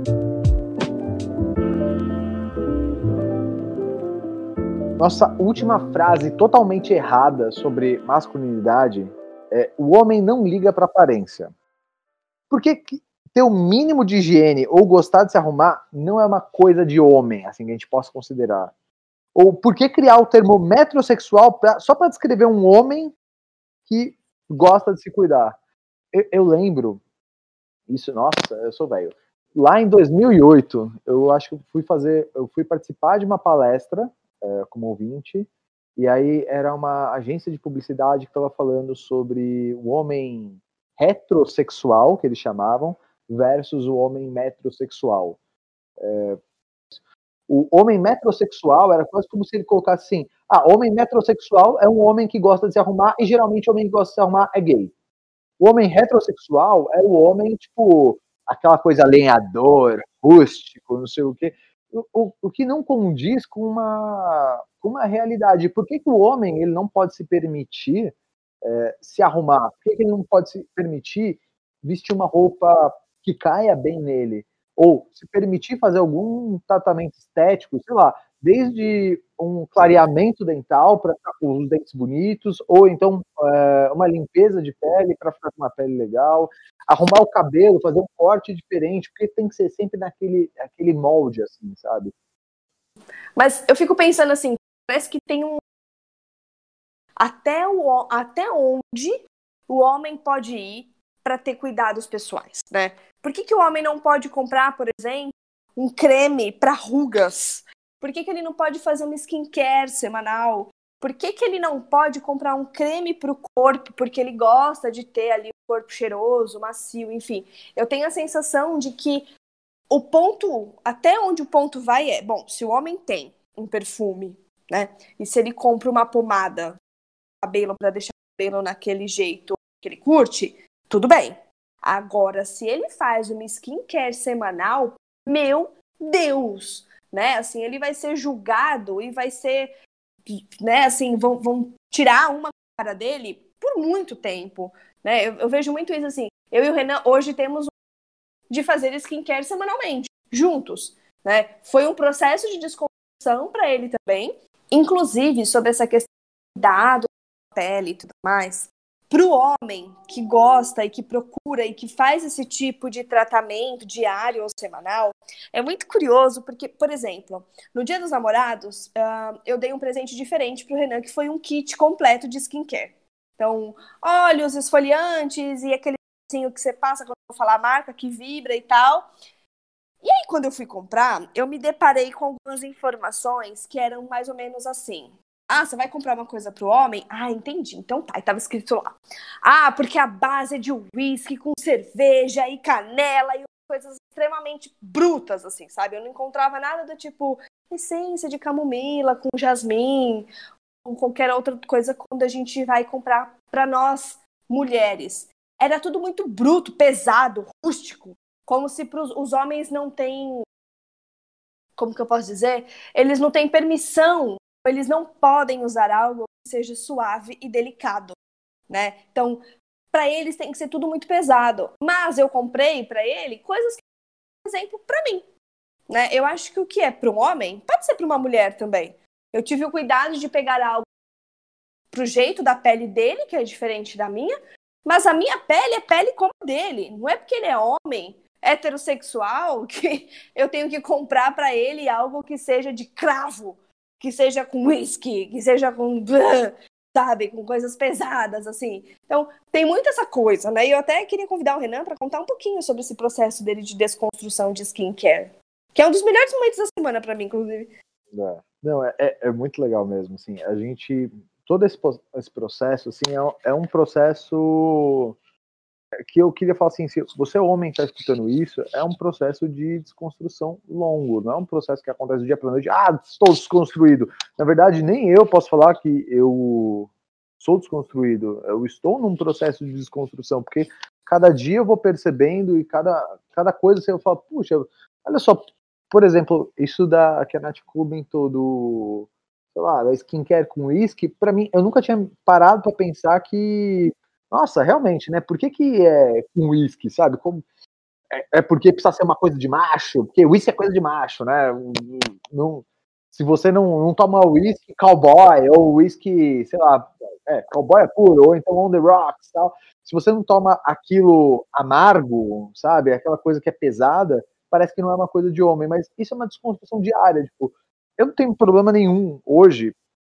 Nossa última frase totalmente errada sobre masculinidade é: o homem não liga para aparência. Por que ter o mínimo de higiene ou gostar de se arrumar não é uma coisa de homem, assim, que a gente possa considerar? Ou por que criar o termo metrosexual pra, só para descrever um homem que gosta de se cuidar? Eu, eu lembro, isso, nossa, eu sou velho. Lá em dois mil e oito, eu acho que eu fui fazer, eu fui participar de uma palestra é, como ouvinte, e aí era uma agência de publicidade que estava falando sobre o homem heterossexual, que eles chamavam, versus o homem metrosexual. É, o homem metrosexual era quase como se ele colocasse assim: ah, homem metrosexual é um homem que gosta de se arrumar, e geralmente o homem que gosta de se arrumar é gay. O homem heterossexual é o homem, tipo, aquela coisa lenhador, rústico, não sei o quê. O, o, o que não condiz com uma, com uma realidade. Por que, que o homem ele não pode se permitir é, se arrumar? Por que, que ele não pode se permitir vestir uma roupa que caia bem nele? Ou se permitir fazer algum tratamento estético, sei lá, desde um clareamento dental para ficar com os dentes bonitos, ou então é, uma limpeza de pele para ficar com uma pele legal, arrumar o cabelo, fazer um corte diferente, porque tem que ser sempre naquele, naquele molde, assim, sabe? Mas eu fico pensando assim, parece que tem um... Até, o... Até onde o homem pode ir para ter cuidados pessoais, né? Por que que o homem não pode comprar, por exemplo, um creme para rugas? Por que que ele não pode fazer uma skincare semanal? Por que que ele não pode comprar um creme para o corpo? Porque ele gosta de ter ali um corpo cheiroso, macio, enfim. Eu tenho a sensação de que o ponto, até onde o ponto vai é, bom, se o homem tem um perfume, né? E se ele compra uma pomada no cabelo para deixar o cabelo naquele jeito que ele curte, tudo bem. Agora, se ele faz uma skincare semanal, meu Deus, né? Assim, ele vai ser julgado e vai ser, né? Assim, vão, vão tirar uma cara dele por muito tempo, né? Eu, eu vejo muito isso assim. Eu e o Renan hoje temos de fazer skincare semanalmente, juntos, né? Foi um processo de desconstrução para ele também, inclusive sobre essa questão de cuidado da pele e tudo mais. Para o homem que gosta e que procura e que faz esse tipo de tratamento diário ou semanal, é muito curioso porque, por exemplo, no Dia dos Namorados, uh, eu dei um presente diferente para o Renan, que foi um kit completo de skincare. Então, óleos, esfoliantes e aquele que você passa quando eu falar a marca, que vibra e tal. E aí, quando eu fui comprar, eu me deparei com algumas informações que eram mais ou menos assim. Ah, você vai comprar uma coisa pro homem? Ah, entendi. Então tá, e tava escrito lá. Ah, porque a base é de uísque com cerveja e canela e coisas extremamente brutas, assim, sabe? Eu não encontrava nada do tipo essência de camomila com jasmim ou qualquer outra coisa quando a gente vai comprar pra nós, mulheres. Era tudo muito bruto, pesado, rústico, como se pros, os homens não têm, como que eu posso dizer? Eles não têm permissão, eles não podem usar algo que seja suave e delicado, né? Então, para eles tem que ser tudo muito pesado. Mas eu comprei para ele coisas que, por exemplo, para mim, né? Eu acho que o que é para um homem pode ser para uma mulher também. Eu tive o cuidado de pegar algo pro jeito da pele dele, que é diferente da minha, mas a minha pele é pele como a dele. Não é porque ele é homem, heterossexual, que eu tenho que comprar para ele algo que seja de cravo, que seja com whisky, que seja com, sabe, com coisas pesadas, assim. Então, tem muito essa coisa, né? E eu até queria convidar o Renan para contar um pouquinho sobre esse processo dele de desconstrução de skincare, que é um dos melhores momentos da semana para mim, inclusive. É. Não, é, é muito legal mesmo, assim, a gente, todo esse, esse processo, assim, é, é um processo que eu queria falar assim, se você é homem que está escutando isso, é um processo de desconstrução longo, não é um processo que acontece do dia para a noite, ah, estou desconstruído. Na verdade, nem eu posso falar que eu sou desconstruído, eu estou num processo de desconstrução, porque cada dia eu vou percebendo e cada, cada coisa assim, eu falo, puxa, olha só, por exemplo, isso da, que a Nath comentou do, sei lá, da skincare com whisky, para mim, eu nunca tinha parado para pensar que nossa, realmente, né? Por que que é com uísque, sabe? Como... É, é porque precisa ser uma coisa de macho, porque uísque é coisa de macho, né? Não, se você não, não toma uísque cowboy, ou uísque, sei lá, é, cowboy é puro, ou então on the rocks, tal. Se você não toma aquilo amargo, sabe? Aquela coisa que é pesada, parece que não é uma coisa de homem, mas isso é uma desconstrução diária, tipo, eu não tenho problema nenhum hoje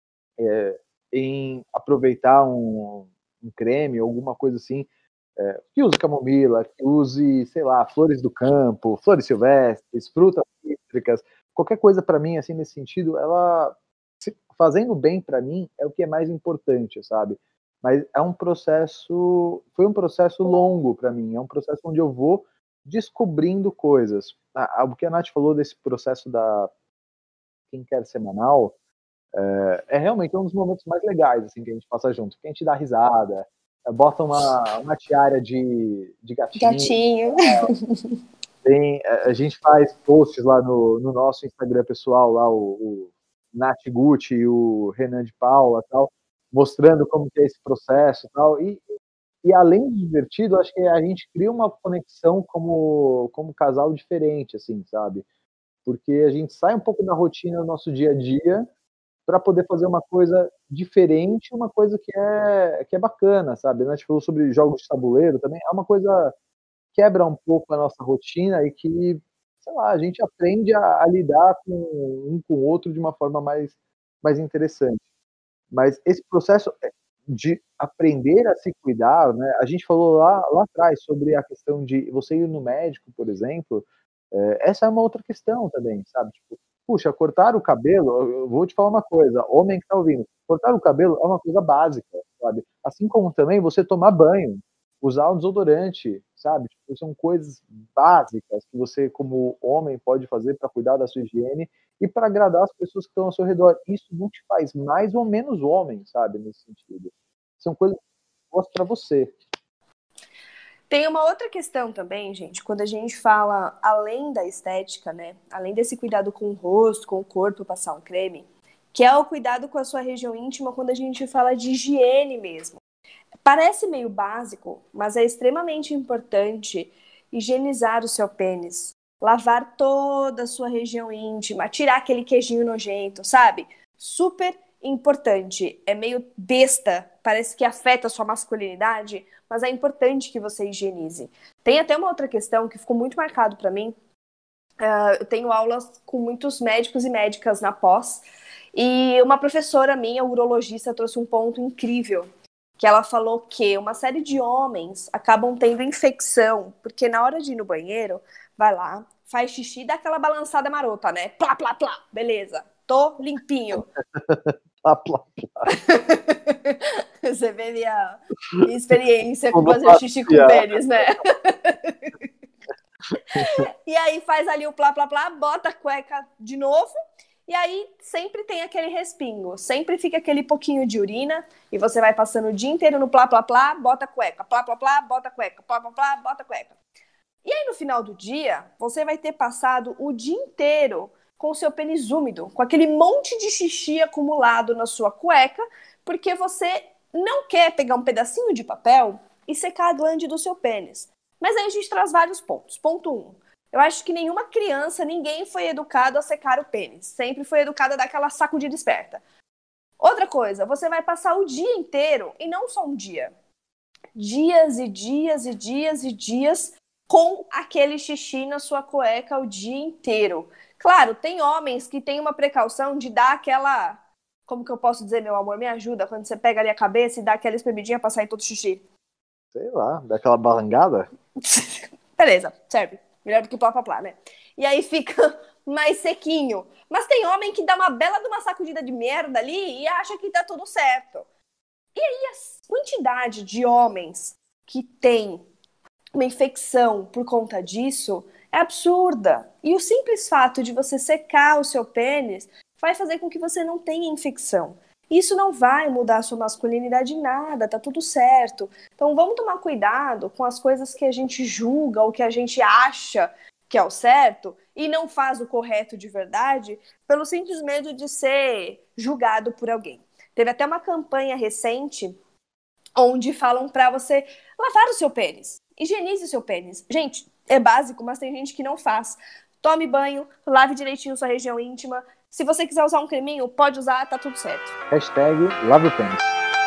é, em aproveitar um um creme, alguma coisa assim, é, que use camomila, que use, sei lá, flores do campo, flores silvestres, frutas cítricas, qualquer coisa para mim, assim, nesse sentido, ela fazendo bem para mim é o que é mais importante, sabe? Mas é um processo, foi um processo longo para mim, é um processo onde eu vou descobrindo coisas. Ah, o que a Nath falou desse processo da skincare semanal, é, é realmente um dos momentos mais legais assim, que a gente passa junto, que a gente dá risada, bota uma, uma tiara de, de gatinho. Gatinho. Tem, a gente faz posts lá no, no nosso Instagram pessoal, lá o, o Nath Gucci e o Renan de Paula, tal, mostrando como que é esse processo tal, e, e além de divertido, acho que a gente cria uma conexão como, como casal diferente, assim, sabe? Porque a gente sai um pouco da rotina do nosso dia a dia para poder fazer uma coisa diferente, uma coisa que é, que é bacana, sabe? A gente falou sobre jogos de tabuleiro também, é uma coisa que quebra um pouco a nossa rotina e que, sei lá, a gente aprende a, a lidar com um com o outro de uma forma mais, mais interessante. Mas esse processo de aprender a se cuidar, né? A gente falou lá, lá atrás sobre a questão de você ir no médico, por exemplo, é, essa é uma outra questão também, sabe? Tipo, puxa, cortar o cabelo, eu vou te falar uma coisa, homem que tá ouvindo, cortar o cabelo é uma coisa básica, sabe? Assim como também você tomar banho, usar um desodorante, sabe? Tipo, são coisas básicas que você, como homem, pode fazer para cuidar da sua higiene e para agradar as pessoas que estão ao seu redor. Isso não te faz mais ou menos homem, sabe? Nesse sentido. São coisas que eu gosto para você. Tem uma outra questão também, gente, quando a gente fala além da estética, né? Além desse cuidado com o rosto, com o corpo, passar um creme, que é o cuidado com a sua região íntima quando a gente fala de higiene mesmo. Parece meio básico, mas é extremamente importante higienizar o seu pênis. Lavar toda a sua região íntima, tirar aquele queijinho nojento, sabe? Super importante. É meio besta, parece que afeta a sua masculinidade, mas é importante que você higienize. Tem até uma outra questão que ficou muito marcado para mim. Uh, eu tenho aulas com muitos médicos e médicas na pós, e uma professora minha, urologista, trouxe um ponto incrível, que ela falou que uma série de homens acabam tendo infecção, porque na hora de ir no banheiro, vai lá, faz xixi, dá aquela balançada marota, né? Plá, plá, plá, beleza, tô limpinho. Plá, plá, plá. Você vê minha, minha experiência com fazer xixi com pênis, né? E aí faz ali o plá, plá, plá, bota a cueca de novo, e aí sempre tem aquele respingo, sempre fica aquele pouquinho de urina, e você vai passando o dia inteiro no plá, plá, plá, bota a cueca, plá, plá, plá, bota a cueca, plá, plá, plá, bota a cueca. E aí no final do dia, você vai ter passado o dia inteiro com o seu pênis úmido, com aquele monte de xixi acumulado na sua cueca, porque você não quer pegar um pedacinho de papel e secar a glande do seu pênis. Mas aí a gente traz vários pontos. Ponto um. Eu acho que nenhuma criança, ninguém foi educado a secar o pênis. Sempre foi educado a dar aquela sacudida esperta. Outra coisa, você vai passar o dia inteiro, e não só um dia, dias e dias e dias e dias com aquele xixi na sua cueca o dia inteiro. Claro, tem homens que têm uma precaução de dar aquela... Como que eu posso dizer, meu amor? Me ajuda. Quando você pega ali a cabeça e dá aquela espremidinha pra sair todo o xixi. Sei lá, daquela balangada? Beleza, serve. Melhor do que plá, plá, plá, né? E aí fica mais sequinho. Mas tem homem que dá uma bela de uma sacudida de merda ali e acha que tá tudo certo. E aí a quantidade de homens que tem uma infecção por conta disso é absurda. E o simples fato de você secar o seu pênis vai fazer com que você não tenha infecção. Isso não vai mudar a sua masculinidade em nada, tá tudo certo. Então vamos tomar cuidado com as coisas que a gente julga ou que a gente acha que é o certo e não faz o correto de verdade pelo simples medo de ser julgado por alguém. Teve até uma campanha recente onde falam pra você lavar o seu pênis, higienize o seu pênis. Gente, é básico, mas tem gente que não faz. Tome banho, lave direitinho sua região íntima. Se você quiser usar um creminho, pode usar, tá tudo certo. Hashtag lave o pênis.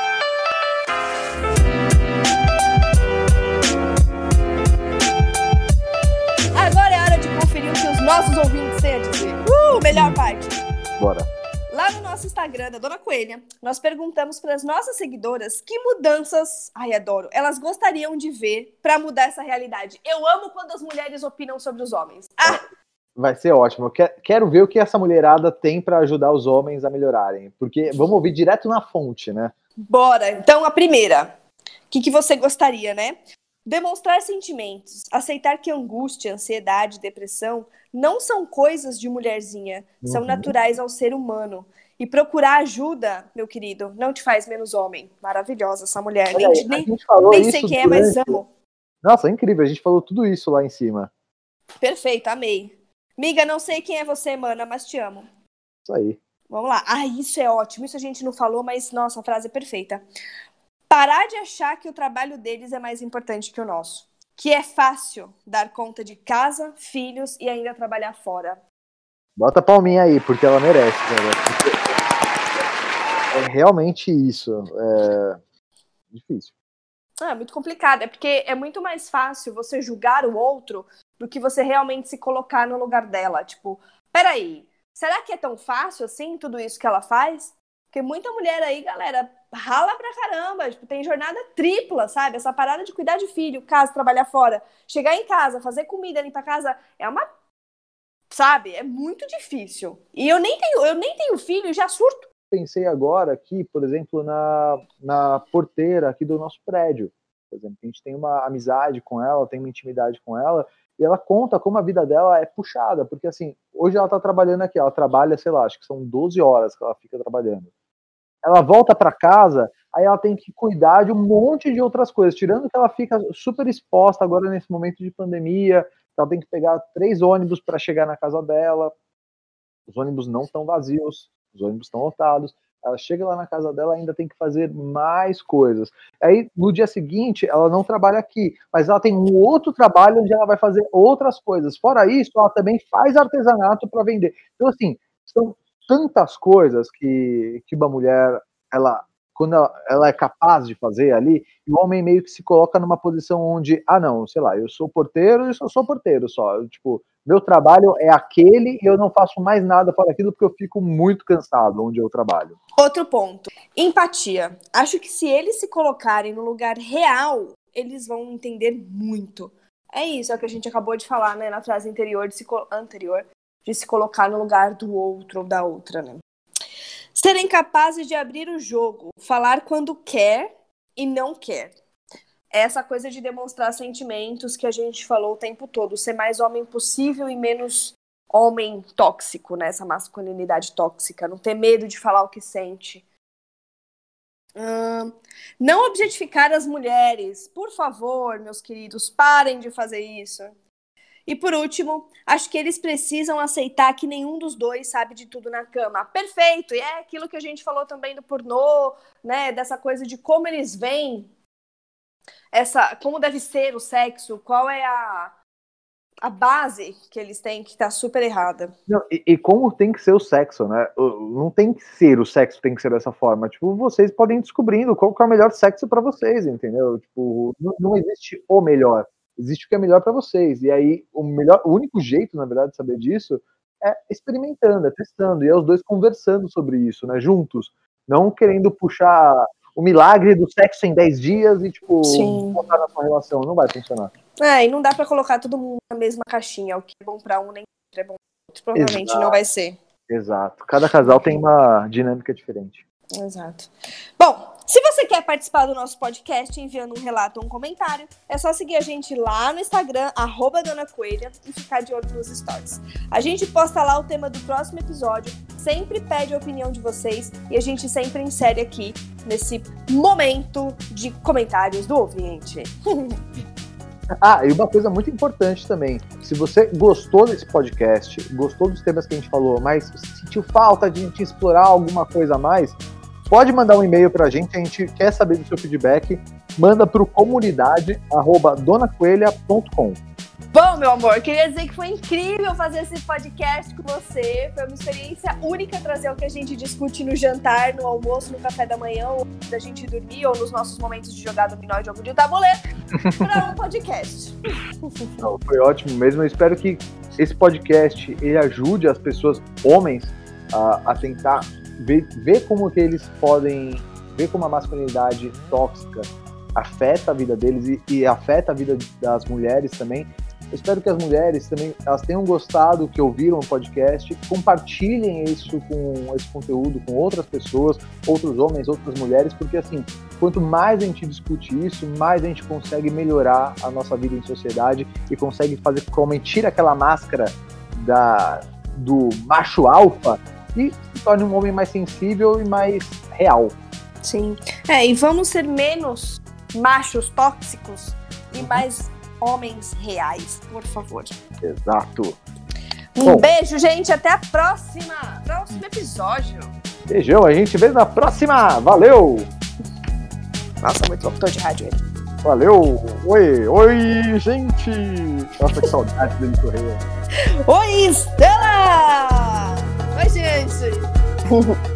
Agora é hora de conferir o que os nossos ouvintes têm a dizer. Uh, melhor parte. Bora. Lá no nosso Instagram, da Dona Coelha, nós perguntamos para as nossas seguidoras que mudanças, ai, adoro, elas gostariam de ver para mudar essa realidade. Eu amo quando as mulheres opinam sobre os homens. Ah! Vai ser ótimo. Eu quero ver o que essa mulherada tem para ajudar os homens a melhorarem. Porque vamos ouvir direto na fonte, né? Bora. Então, a primeira. O que, que você gostaria, né? Demonstrar sentimentos. Aceitar que angústia, ansiedade, depressão não são coisas de mulherzinha. Uhum. São naturais ao ser humano. E procurar ajuda, meu querido, não te faz menos homem. Maravilhosa essa mulher. Olha nem aí, nem, nem sei quem durante... é, mas amo. Nossa, é incrível. A gente falou tudo isso lá em cima. Perfeito, amei. Miga, não sei quem é você, mana, mas te amo. Isso aí. Vamos lá. Ah, isso é ótimo. Isso a gente não falou, mas, nossa, a frase é perfeita. Parar de achar que o trabalho deles é mais importante que o nosso. Que é fácil dar conta de casa, filhos e ainda trabalhar fora. Bota a palminha aí, porque ela merece, cara. É realmente isso. É difícil. Ah, é muito complicado. É porque é muito mais fácil você julgar o outro do que você realmente se colocar no lugar dela. Tipo, peraí, será que é tão fácil assim tudo isso que ela faz? Porque muita mulher aí, galera, rala pra caramba. Tipo, tem jornada tripla, sabe? Essa parada de cuidar de filho, casa, trabalhar fora, chegar em casa, fazer comida, limpar a casa, é uma... Sabe? É muito difícil. E eu nem tenho, eu nem tenho filho e já surto. Pensei agora aqui, por exemplo, na, na porteira aqui do nosso prédio. Por exemplo, a gente tem uma amizade com ela, tem uma intimidade com ela, e ela conta como a vida dela é puxada, porque assim, hoje ela tá trabalhando aqui, ela trabalha, sei lá, acho que são doze horas que ela fica trabalhando. Ela volta para casa, aí ela tem que cuidar de um monte de outras coisas, tirando que ela fica super exposta agora nesse momento de pandemia, ela tem que pegar três ônibus para chegar na casa dela, os ônibus não estão vazios, os ônibus estão lotados, ela chega lá na casa dela, ainda tem que fazer mais coisas. Aí, no dia seguinte, ela não trabalha aqui, mas ela tem um outro trabalho onde ela vai fazer outras coisas. Fora isso, ela também faz artesanato para vender. Então, assim, são tantas coisas que, que uma mulher, ela, quando ela, ela é capaz de fazer ali, e o homem meio que se coloca numa posição onde, ah, não, sei lá, eu sou porteiro e eu só sou porteiro só. Eu, tipo, meu trabalho é aquele e eu não faço mais nada fora aquilo porque eu fico muito cansado onde eu trabalho. Outro ponto, empatia. Acho que se eles se colocarem no lugar real, eles vão entender muito. É isso, é o que a gente acabou de falar, né, na frase anterior de se, anterior, de se colocar no lugar do outro ou da outra, né. Serem capazes de abrir o jogo, falar quando quer e não quer. Essa coisa de demonstrar sentimentos que a gente falou o tempo todo, ser mais homem possível e menos homem tóxico, né? Essa masculinidade tóxica, não ter medo de falar o que sente. Hum, não objetificar as mulheres, por favor, meus queridos, parem de fazer isso. E por último, acho que eles precisam aceitar que nenhum dos dois sabe de tudo na cama. Perfeito, e é aquilo que a gente falou também do pornô, né? Dessa coisa de como eles veem essa, como deve ser o sexo, qual é a, a base que eles têm que tá super errada. Não, e, e como tem que ser o sexo, né? Não tem que ser o sexo, tem que ser dessa forma. Tipo, vocês podem ir descobrindo qual que é o melhor sexo pra vocês, entendeu? Tipo, não, não existe o melhor, existe o que é melhor pra vocês. E aí, o melhor, o único jeito, na verdade, de saber disso é experimentando, é testando, e é os dois conversando sobre isso, né? Juntos, não querendo puxar o milagre do sexo em dez dias e, tipo, botar na sua relação. Não vai funcionar. É, e não dá pra colocar todo mundo na mesma caixinha. O que é bom pra um, nem é bom pra outro. Provavelmente Exato. Não vai ser. Exato. Cada casal tem uma dinâmica diferente. Exato. Bom, se você quer participar do nosso podcast enviando um relato ou um comentário, é só seguir a gente lá no Instagram, arroba Dona Coelha, e ficar de olho nos stories. A gente posta lá o tema do próximo episódio, sempre pede a opinião de vocês e a gente sempre insere aqui nesse momento de comentários do ouvinte. Ah, e uma coisa muito importante também, se você gostou desse podcast, gostou dos temas que a gente falou, mas sentiu falta de a gente explorar alguma coisa a mais, pode mandar um e-mail pra gente, a gente quer saber do seu feedback, manda pro comunidade arroba donacoelha ponto com. Bom, meu amor, queria dizer que foi incrível fazer esse podcast com você, foi uma experiência única trazer o que a gente discute no jantar, no almoço, no café da manhã, ou da gente dormir, ou nos nossos momentos de jogar dominó e jogo de tabuleiro, para um podcast. Não, foi ótimo mesmo, eu espero que esse podcast ele ajude as pessoas, homens, a, a tentar ver, ver como que eles podem, ver como a masculinidade tóxica afeta a vida deles e, e afeta a vida das mulheres também. Eu espero que as mulheres também elas tenham gostado, que ouviram o podcast, compartilhem isso com esse conteúdo com outras pessoas, outros homens, outras mulheres, porque assim, quanto mais a gente discute isso, mais a gente consegue melhorar a nossa vida em sociedade e consegue fazer com que o homem tire aquela máscara da, do macho alfa e se torne um homem mais sensível e mais real. Sim, é, e vamos ser menos machos tóxicos e uhum. mais homens reais, por favor. Exato. Um Bom, beijo, gente. Até a próxima. Próximo episódio. Beijão. A gente vê na próxima. Valeu. Nossa, muito locutor de rádio ele. Valeu. Oi. Oi, gente. Nossa, que saudade dele correr. Oi, Estela. Oi, gente.